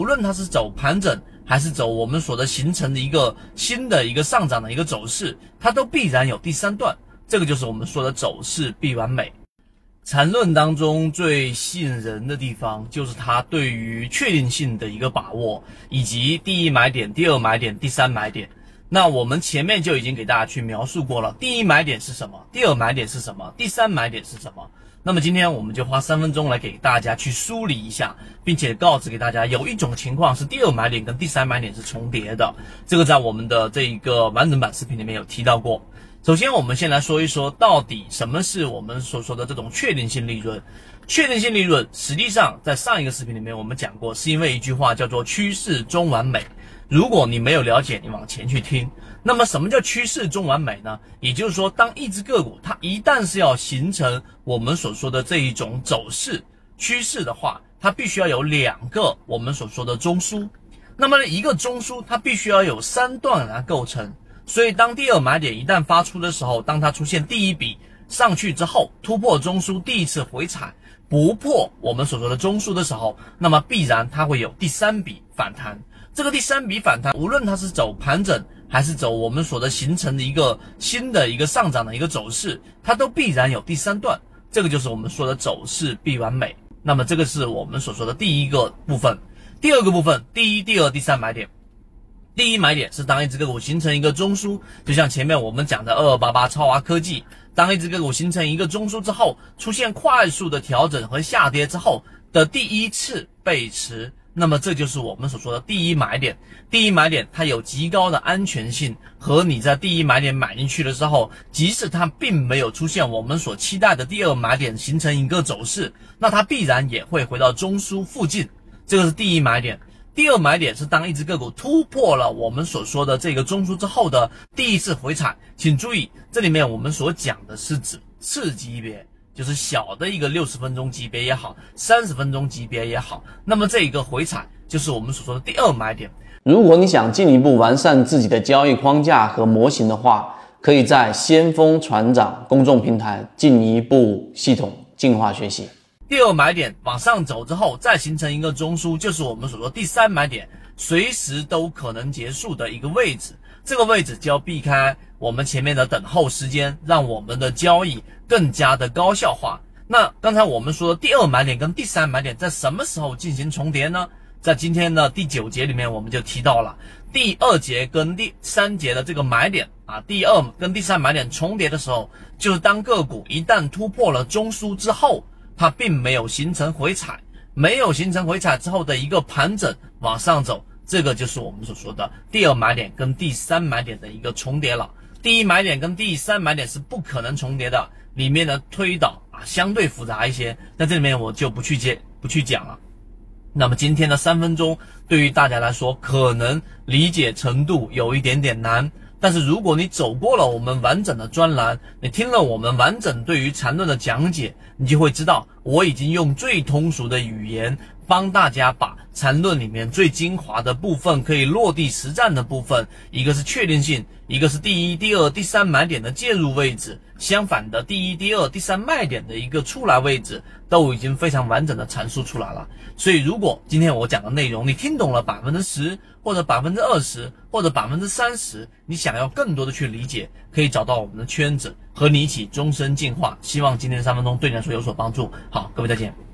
无论它是走盘整还是走我们所的形成的一个新的一个上涨的一个走势，它都必然有第三段，这个就是我们说的走势必完美。缠论当中最吸引人的地方就是它对于确定性的一个把握，以及第一买点、第二买点、第三买点。那我们前面就已经给大家去描述过了，第一买点是什么，第二买点是什么，第三买点是什么。那么今天我们就花3分钟来给大家去梳理一下，并且告知给大家，有一种情况是第二买点跟第三买点是重叠的，这个在我们的这一个完整版视频里面有提到过。首先我们先来说一说到底什么是我们所说的这种确定性利润。确定性利润实际上在上一个视频里面我们讲过，是因为一句话叫做趋势中完美。如果你没有了解，你往前去听。那么什么叫趋势中完美呢？也就是说，当一只个股它一旦是要形成我们所说的这一种走势趋势的话，它必须要有2个我们所说的中枢。那么一个中枢它必须要有3段来构成。所以当第二买点一旦发出的时候，当它出现第一笔上去之后，突破中枢第一次回踩，不破我们所说的中枢的时候，那么必然它会有第3笔反弹。这个第3笔反弹，无论它是走盘整还是走我们所的形成的一个新的一个上涨的一个走势，它都必然有第3段，这个就是我们说的走势必完美。那么这个是我们所说的第一个部分。第二个部分，第一、第二、第三买点。第一买点是当一只个股形成一个中枢，就像前面我们讲的2288超华科技，当一只个股形成一个中枢之后，出现快速的调整和下跌之后的第一次背驰，那么这就是我们所说的第一买点。第一买点它有极高的安全性，和你在第一买点买进去的时候，即使它并没有出现我们所期待的第二买点形成一个走势，那它必然也会回到中枢附近，这个是第一买点。第二买点是当一只个股突破了我们所说的这个中枢之后的第一次回踩。请注意，这里面我们所讲的是指次级别，就是小的一个60分钟级别也好，30分钟级别也好，那么这一个回踩就是我们所说的第二买点。 如果你想进一步完善自己的交易框架和模型的话，可以在先锋船长公众平台进一步系统进化学习。 第二买点往上走之后，再形成一个中枢，就是我们所说第三买点，随时都可能结束的一个位置。这个位置就要避开我们前面的等候时间，让我们的交易更加的高效化。那刚才我们说的第二买点跟第三买点在什么时候进行重叠呢？在今天的第9节里面我们就提到了第2节跟第3节的这个买点啊，第2跟第3买点重叠的时候，就是当个股一旦突破了中枢之后，它并没有形成回踩，没有形成回踩之后的一个盘整往上走，这个就是我们所说的第二买点跟第三买点的一个重叠了。第一买点跟第三买点是不可能重叠的，里面的推导相对复杂一些，在这里面我就不去讲了。那么今天的3分钟对于大家来说可能理解程度有一点点难，但是如果你走过了我们完整的专栏，你听了我们完整对于缠论的讲解，你就会知道我已经用最通俗的语言帮大家把缠论里面最精华的部分，可以落地实战的部分，一个是确定性，一个是第一、第二、第三买点的介入位置，相反的第一、第二、第三卖点的一个出来位置，都已经非常完整的阐述出来了。所以如果今天我讲的内容你听懂了10%或者20%或者30%，你想要更多的去理解，可以找到我们的圈子，和你一起终身进化。希望今天的3分钟对你来说有所帮助。好，各位再见。